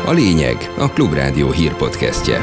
A lényeg a Klubrádió hírpodcastje.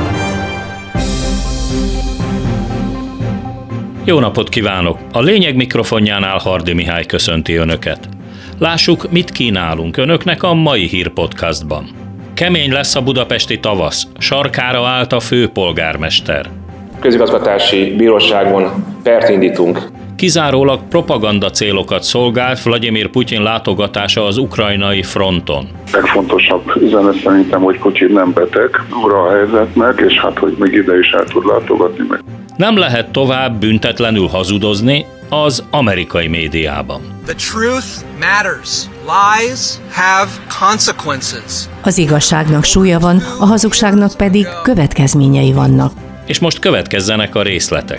Jó napot kívánok! A lényeg mikrofonjánál Hardy Mihály köszönti Önöket. Lássuk, mit kínálunk Önöknek a mai hírpodcastban. Kemény lesz a budapesti tavasz, sarkára állt a főpolgármester. Közigazgatási bíróságon pert indítunk. Kizárólag propaganda célokat szolgált Vladimir Putyin látogatása az ukrajnai fronton. Legfontosabb üzenet szerintem, hogy Putyin nem beteg, ura a helyzetnek, és hogy még ide is el tud látogatni meg. Nem lehet tovább büntetlenül hazudozni az amerikai médiában. The truth matters. Lies have consequences. Az igazságnak súlya van, a hazugságnak pedig következményei vannak. És most következzenek a részletek.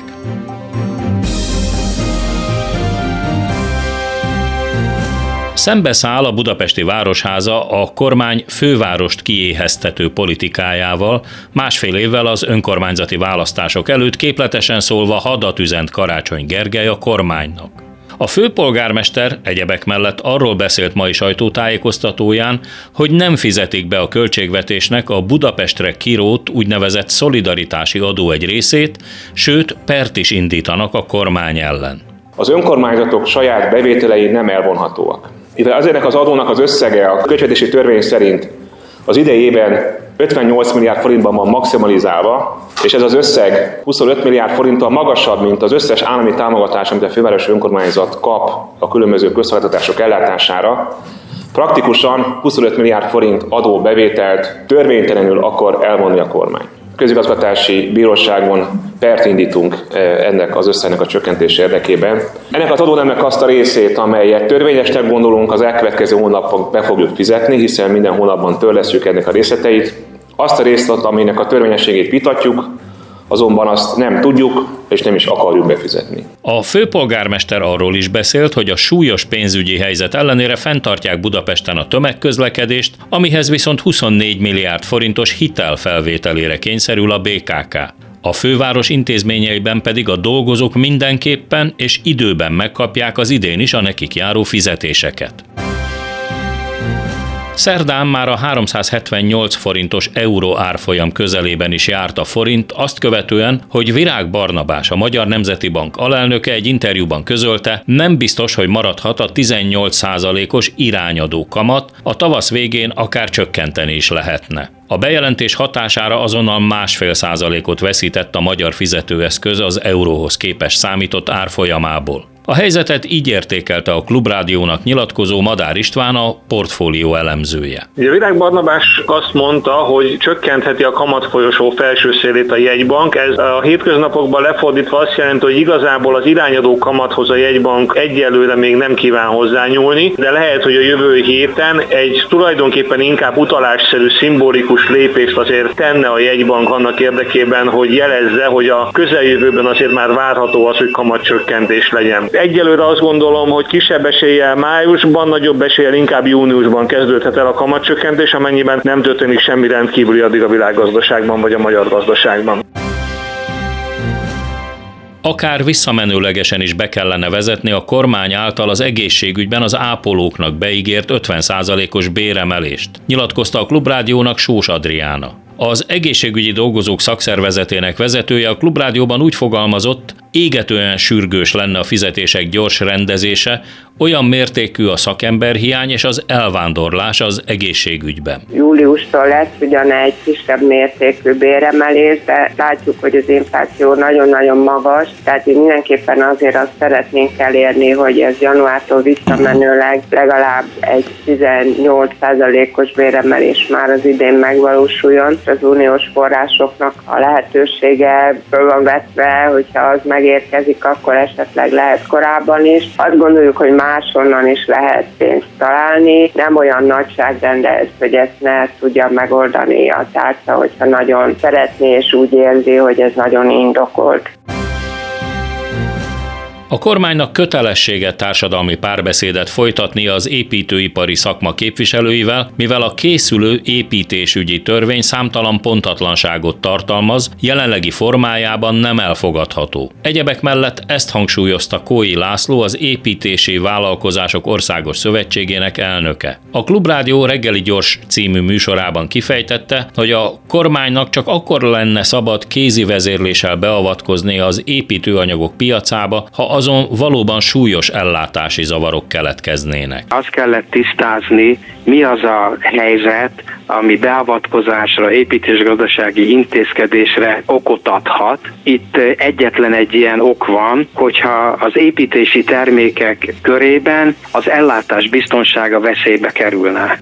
Szembeszáll a budapesti városháza a kormány fővárost kiéheztető politikájával, másfél évvel az önkormányzati választások előtt képletesen szólva hadat üzent Karácsony Gergely a kormánynak. A főpolgármester egyebek mellett arról beszélt mai sajtótájékoztatóján, hogy nem fizetik be a költségvetésnek a Budapestre kirótt úgynevezett szolidaritási adó egy részét, sőt, pert is indítanak a kormány ellen. Az önkormányzatok saját bevételei nem elvonhatóak. Mivel ezért az adónak az összege a költségvetési törvény szerint az idei évben 58 milliárd forintban van maximalizálva, és ez az összeg 25 milliárd forinttal magasabb, mint az összes állami támogatás, amit a fővárosi önkormányzat kap a különböző közszolgáltatások ellátására, praktikusan 25 milliárd forint adóbevételt törvénytelenül akar elvonni a kormány. Közigazgatási bíróságon pert indítunk ennek az összegnek a csökkentés érdekében. Ennek az adónemnek azt a részét, amelyet törvényesnek gondolunk, az elkövetkező hónapban be fogjuk fizetni, hiszen minden hónapban törlesztjük ennek a részleteit. Azt a részt, aminek a törvényességét vitatjuk, azonban azt nem tudjuk, és nem is akarjuk befizetni. A főpolgármester arról is beszélt, hogy a súlyos pénzügyi helyzet ellenére fenntartják Budapesten a tömegközlekedést, amihez viszont 24 milliárd forintos hitel felvételére kényszerül a BKK. A főváros intézményeiben pedig a dolgozók mindenképpen és időben megkapják az idén is a nekik járó fizetéseket. Szerdán már a 378 forintos euró árfolyam közelében is járt a forint, azt követően, hogy Virág Barnabás, a Magyar Nemzeti Bank alelnöke egy interjúban közölte, nem biztos, hogy maradhat a 18%-os irányadó kamat, a tavasz végén akár csökkenteni is lehetne. A bejelentés hatására azonnal 1,5%-ot veszített a magyar fizetőeszköz az euróhoz képest számított árfolyamából. A helyzetet így értékelte a Klubrádiónak nyilatkozó Madár István, a portfólió elemzője. A Virág Barnabás azt mondta, hogy csökkentheti a kamatfolyosó felső szélét a jegybank. Ez a hétköznapokban lefordítva azt jelenti, hogy igazából az irányadó kamathoz a jegybank egyelőre még nem kíván hozzányúlni, de lehet, hogy a jövő héten egy tulajdonképpen inkább utalásszerű, szimbolikus lépést azért tenne a jegybank annak érdekében, hogy jelezze, hogy a közeljövőben azért már várható az, hogy kamatcsökkentés legyen. Egyelőre azt gondolom, hogy kisebb eséllyel májusban, nagyobb eséllyel inkább júniusban kezdődhet el a kamatcsökkentés, amennyiben nem történik semmi rendkívüli addig a világgazdaságban vagy a magyar gazdaságban. Akár visszamenőlegesen is be kellene vezetni a kormány által az egészségügyben az ápolóknak beígért 50%-os béremelést, nyilatkozta a Klubrádiónak Sós Adriána. Az egészségügyi dolgozók szakszervezetének vezetője a Klubrádióban úgy fogalmazott, égetően sürgős lenne a fizetések gyors rendezése, olyan mértékű a szakemberhiány és az elvándorlás az egészségügyben. Júliustól lesz ugyan egy kisebb mértékű béremelés, de látjuk, hogy az infláció nagyon-nagyon magas, tehát mindenképpen azért azt szeretnénk elérni, hogy ez januártól visszamenőleg legalább egy 18%-os béremelés már az idén megvalósuljon. Az uniós forrásoknak a lehetősége föl van vetve, hogyha az megérkezik, akkor esetleg lehet korábban is. Azt gondoljuk, hogy máshonnan is lehet pénzt találni. Nem olyan nagyságrend ez, hogy ezt ne tudja megoldani a tárca, hogyha nagyon szeretné és úgy érzi, hogy ez nagyon indokolt. A kormánynak kötelessége társadalmi párbeszédet folytatni az építőipari szakma képviselőivel, mivel a készülő építésügyi törvény számtalan pontatlanságot tartalmaz, jelenlegi formájában nem elfogadható. Egyebek mellett ezt hangsúlyozta Kói László, az Építési Vállalkozások Országos Szövetségének elnöke. A Klubrádió reggeli gyors című műsorában kifejtette, hogy a kormánynak csak akkor lenne szabad kézi vezérléssel beavatkozni az építőanyagok piacába, ha azon valóban súlyos ellátási zavarok keletkeznének. Azt kellett tisztázni, mi az a helyzet, ami beavatkozásra, építésgazdasági intézkedésre okot adhat. Itt egyetlen egy ilyen ok van, hogyha az építési termékek körében az ellátás biztonsága veszélybe kerülne.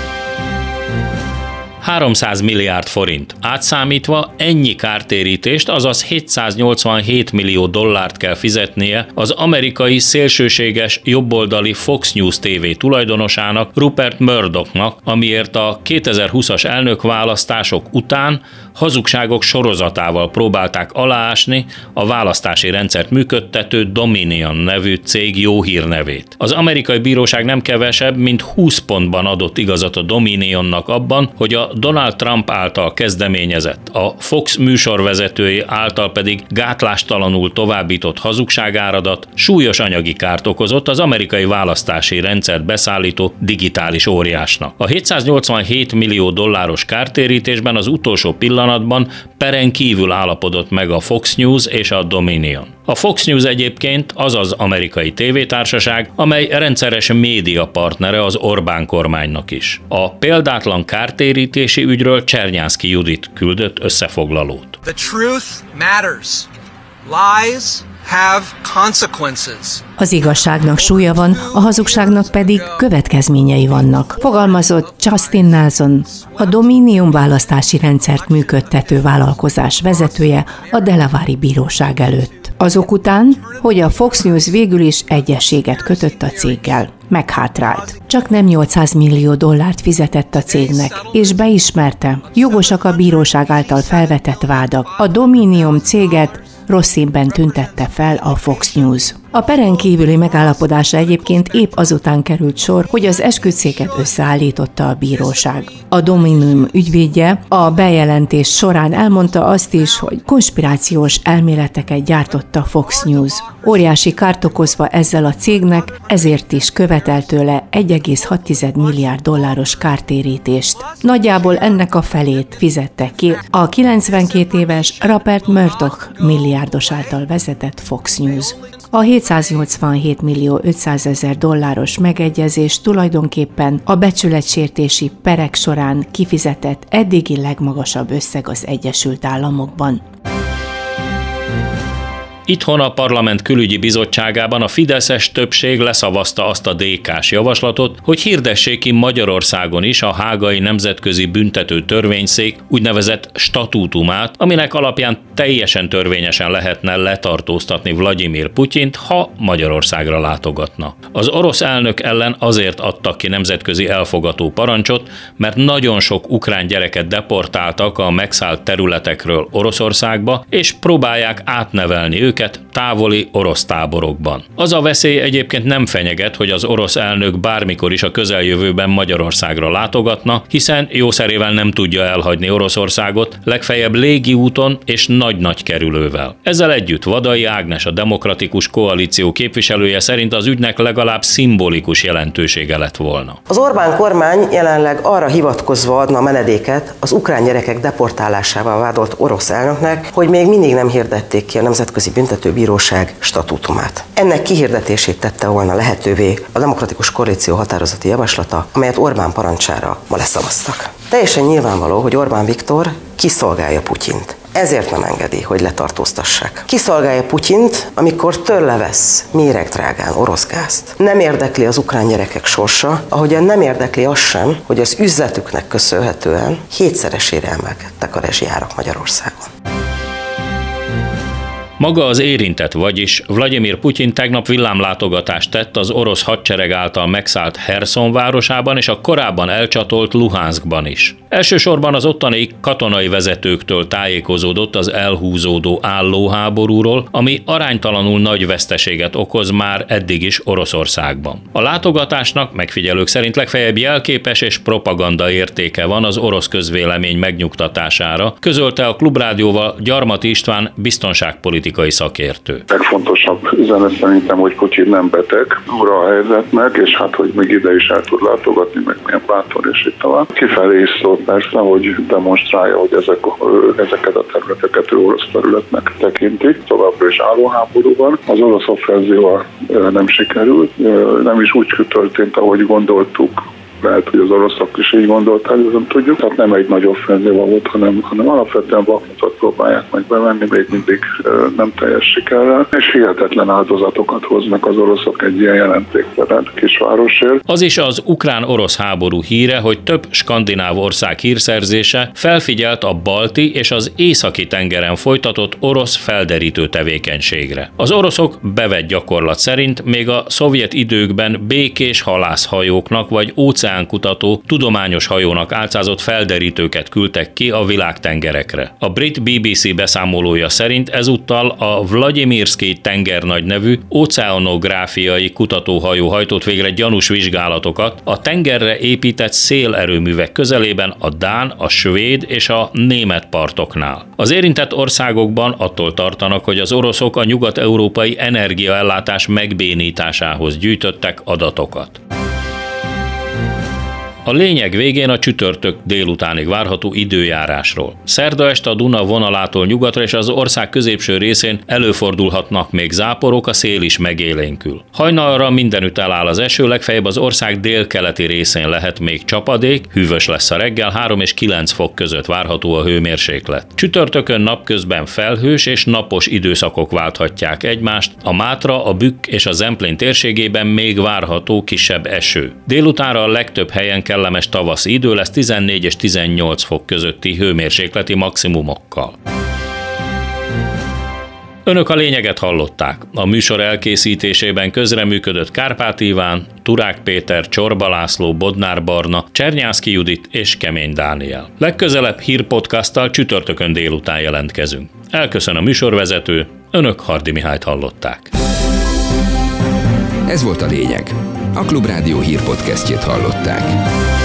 300 milliárd forint. Átszámítva ennyi kártérítést, azaz 787 millió dollárt kell fizetnie az amerikai szélsőséges jobboldali Fox News TV tulajdonosának, Rupert Murdochnak, amiért a 2020-as elnökválasztások után hazugságok sorozatával próbálták aláásni a választási rendszert működtető Dominion nevű cég jó hírnevét. Az amerikai bíróság nem kevesebb, mint 20 pontban adott igazat a Dominionnak abban, hogy a Donald Trump által kezdeményezett, a Fox műsorvezetői által pedig gátlástalanul továbbított hazugságáradat súlyos anyagi kárt okozott az amerikai választási rendszert beszállító digitális óriásnak. A 787 millió dolláros kártérítésben az utolsó pillanatban peren kívül állapodott meg a Fox News és a Dominion. A Fox News egyébként az az amerikai tévétársaság, amely rendszeres médiapartnere az Orbán kormánynak is. A példátlan kártérítési ügyről Csernyánszky Judit küldött összefoglalót. The truth matters. Lies have consequences. Az igazságnak súlya van, a hazugságnak pedig következményei vannak, fogalmazott Justin Nelson, a Dominion választási rendszert működtető vállalkozás vezetője a Delaware-i bíróság előtt. Azok után, hogy a Fox News végül is egyezséget kötött a céggel. Meghátrált. Csak nem 800 millió dollárt fizetett a cégnek, és beismerte, jogosak a bíróság által felvetett vádak. A Dominion céget rossz színben tüntette fel a Fox News. A peren kívüli megállapodásra egyébként épp azután került sor, hogy az esküdtszéket összeállította a bíróság. A Dominion ügyvédje a bejelentés során elmondta azt is, hogy konspirációs elméleteket gyártott a Fox News. Óriási kárt okozva ezzel a cégnek, ezért is követel tőle 1,6 milliárd dolláros kártérítést. Nagyjából ennek a felét fizette ki a 92 éves Rupert Murdoch milliárdos által vezetett Fox News. A 787 millió 500 ezer dolláros megegyezés tulajdonképpen a becsületsértési perek során kifizetett eddigi legmagasabb összeg az Egyesült Államokban. Itthon a Parlament Külügyi Bizottságában a fideszes többség leszavazta azt a DK-s javaslatot, hogy hirdessék ki Magyarországon is a Hágai Nemzetközi Büntető Törvényszék úgynevezett statútumát, aminek alapján teljesen törvényesen lehetne letartóztatni Vladimir Putyint, ha Magyarországra látogatna. Az orosz elnök ellen azért adtak ki nemzetközi elfogató parancsot, mert nagyon sok ukrán gyereket deportáltak a megszállt területekről Oroszországba, és próbálják átnevelni őket távoli orosz táborokban. Az a veszély egyébként nem fenyeget, hogy az orosz elnök bármikor is a közeljövőben Magyarországra látogatna, hiszen jószerével nem tudja elhagyni Oroszországot, legfeljebb légi úton és nagy-nagy kerülővel. Ezzel együtt Vadai Ágnes, a Demokratikus Koalíció képviselője szerint az ügynek legalább szimbolikus jelentősége lett volna. Az Orbán kormány jelenleg arra hivatkozva adna menedéket az ukrán gyerekek deportálásával vádolt orosz elnöknek, hogy még mindig nem hirdették ki a Nemzetközi Büntetőbíróság statútumát. Ennek kihirdetését tette volna lehetővé a Demokratikus Koalíció határozati javaslata, amelyet Orbán parancsára ma leszavaztak. Teljesen nyilvánvaló, hogy Orbán Viktor kiszolgálja Putyint. Ezért nem engedi, hogy letartóztassák. Kiszolgálja Putyint, amikor tőle vesz méregdrágán orosz gázt. Nem érdekli az ukrán gyerekek sorsa, ahogyan nem érdekli az sem, hogy az üzletüknek köszönhetően 7-szeresére emelkedtek a rezsijárak Magyarországon. Maga az érintett, vagyis Vladimir Putyin tegnap villámlátogatást tett az orosz hadsereg által megszállt Herszon városában és a korábban elcsatolt Luhanskban is. Elsősorban az ottani katonai vezetőktől tájékozódott az elhúzódó állóháborúról, ami aránytalanul nagy veszteséget okoz már eddig is Oroszországban. A látogatásnak megfigyelők szerint legfeljebb jelképes és propaganda értéke van az orosz közvélemény megnyugtatására, közölte a Klubrádióval Gyarmati István biztonságpolitikai szakértő. Legfontosabb üzenet szerintem, hogy Putyin nem beteg, ura a helyzetnek, és hát, hogy még ide is el tud látogatni, meg milyen bátor, és itt tovább. Kifelé is szól persze, hogy demonstrálja, hogy ezeket a területeket ő orosz területnek tekintik. Továbbra is álló háború van. Az orosz offenzíva nem sikerült, nem is úgy történt, ahogy gondoltuk. Lehet, hogy az oroszok is így gondolták, de nem tudjuk. Tehát nem egy nagy offenzíva volt, hanem alapvetően Bakhmutot próbálják meg bevenni, még mindig nem teljes sikerrel, és hihetetlen áldozatokat hoznak az oroszok egy ilyen jelentéktelen kisvárosért. Az is az ukrán-orosz háború híre, hogy több skandináv ország hírszerzése felfigyelt a balti és az északi tengeren folytatott orosz felderítő tevékenységre. Az oroszok bevett gyakorlat szerint még a szovjet időkben békés halászhajóknak vagy óceánkutató tudományos hajónak álcázott felderítőket küldtek ki a világtengerekre. A brit BBC beszámolója szerint ezúttal a Vladimirszkij tengernagy nevű óceanográfiai kutatóhajó hajtott végre gyanús vizsgálatokat a tengerre épített szélerőművek közelében a dán, a svéd és a német partoknál. Az érintett országokban attól tartanak, hogy az oroszok a nyugat-európai energiaellátás megbénításához gyűjtöttek adatokat. A lényeg végén a csütörtök délutánig várható időjárásról. Szerda este a Duna vonalától nyugatra és az ország középső részén előfordulhatnak még záporok, a szél is megélénkül. Hajnalra mindenütt eláll az eső, legfeljebb az ország délkeleti részén lehet még csapadék, hűvös lesz a reggel, 3 és 9 fok között várható a hőmérséklet. Csütörtökön napközben felhős és napos időszakok válthatják egymást, a Mátra, a Bükk és a Zemplén térségében még várható kisebb eső. Délutánra a legtöbb helyen kellemes tavaszi idő lesz 14 és 18 fok közötti hőmérsékleti maximumokkal. Önök a lényeget hallották. A műsor elkészítésében közreműködött Kárpát Iván, Turák Péter, Csorba László, Bodnár Barna, Csernyánszky Judit és Kemény Dániel. Legközelebb hírpodcasttal csütörtökön délután jelentkezünk. Elköszön a műsorvezető, Önök Hardy Mihályt hallották. Ez volt a lényeg. A Klubrádió hírpodcastjét hallották.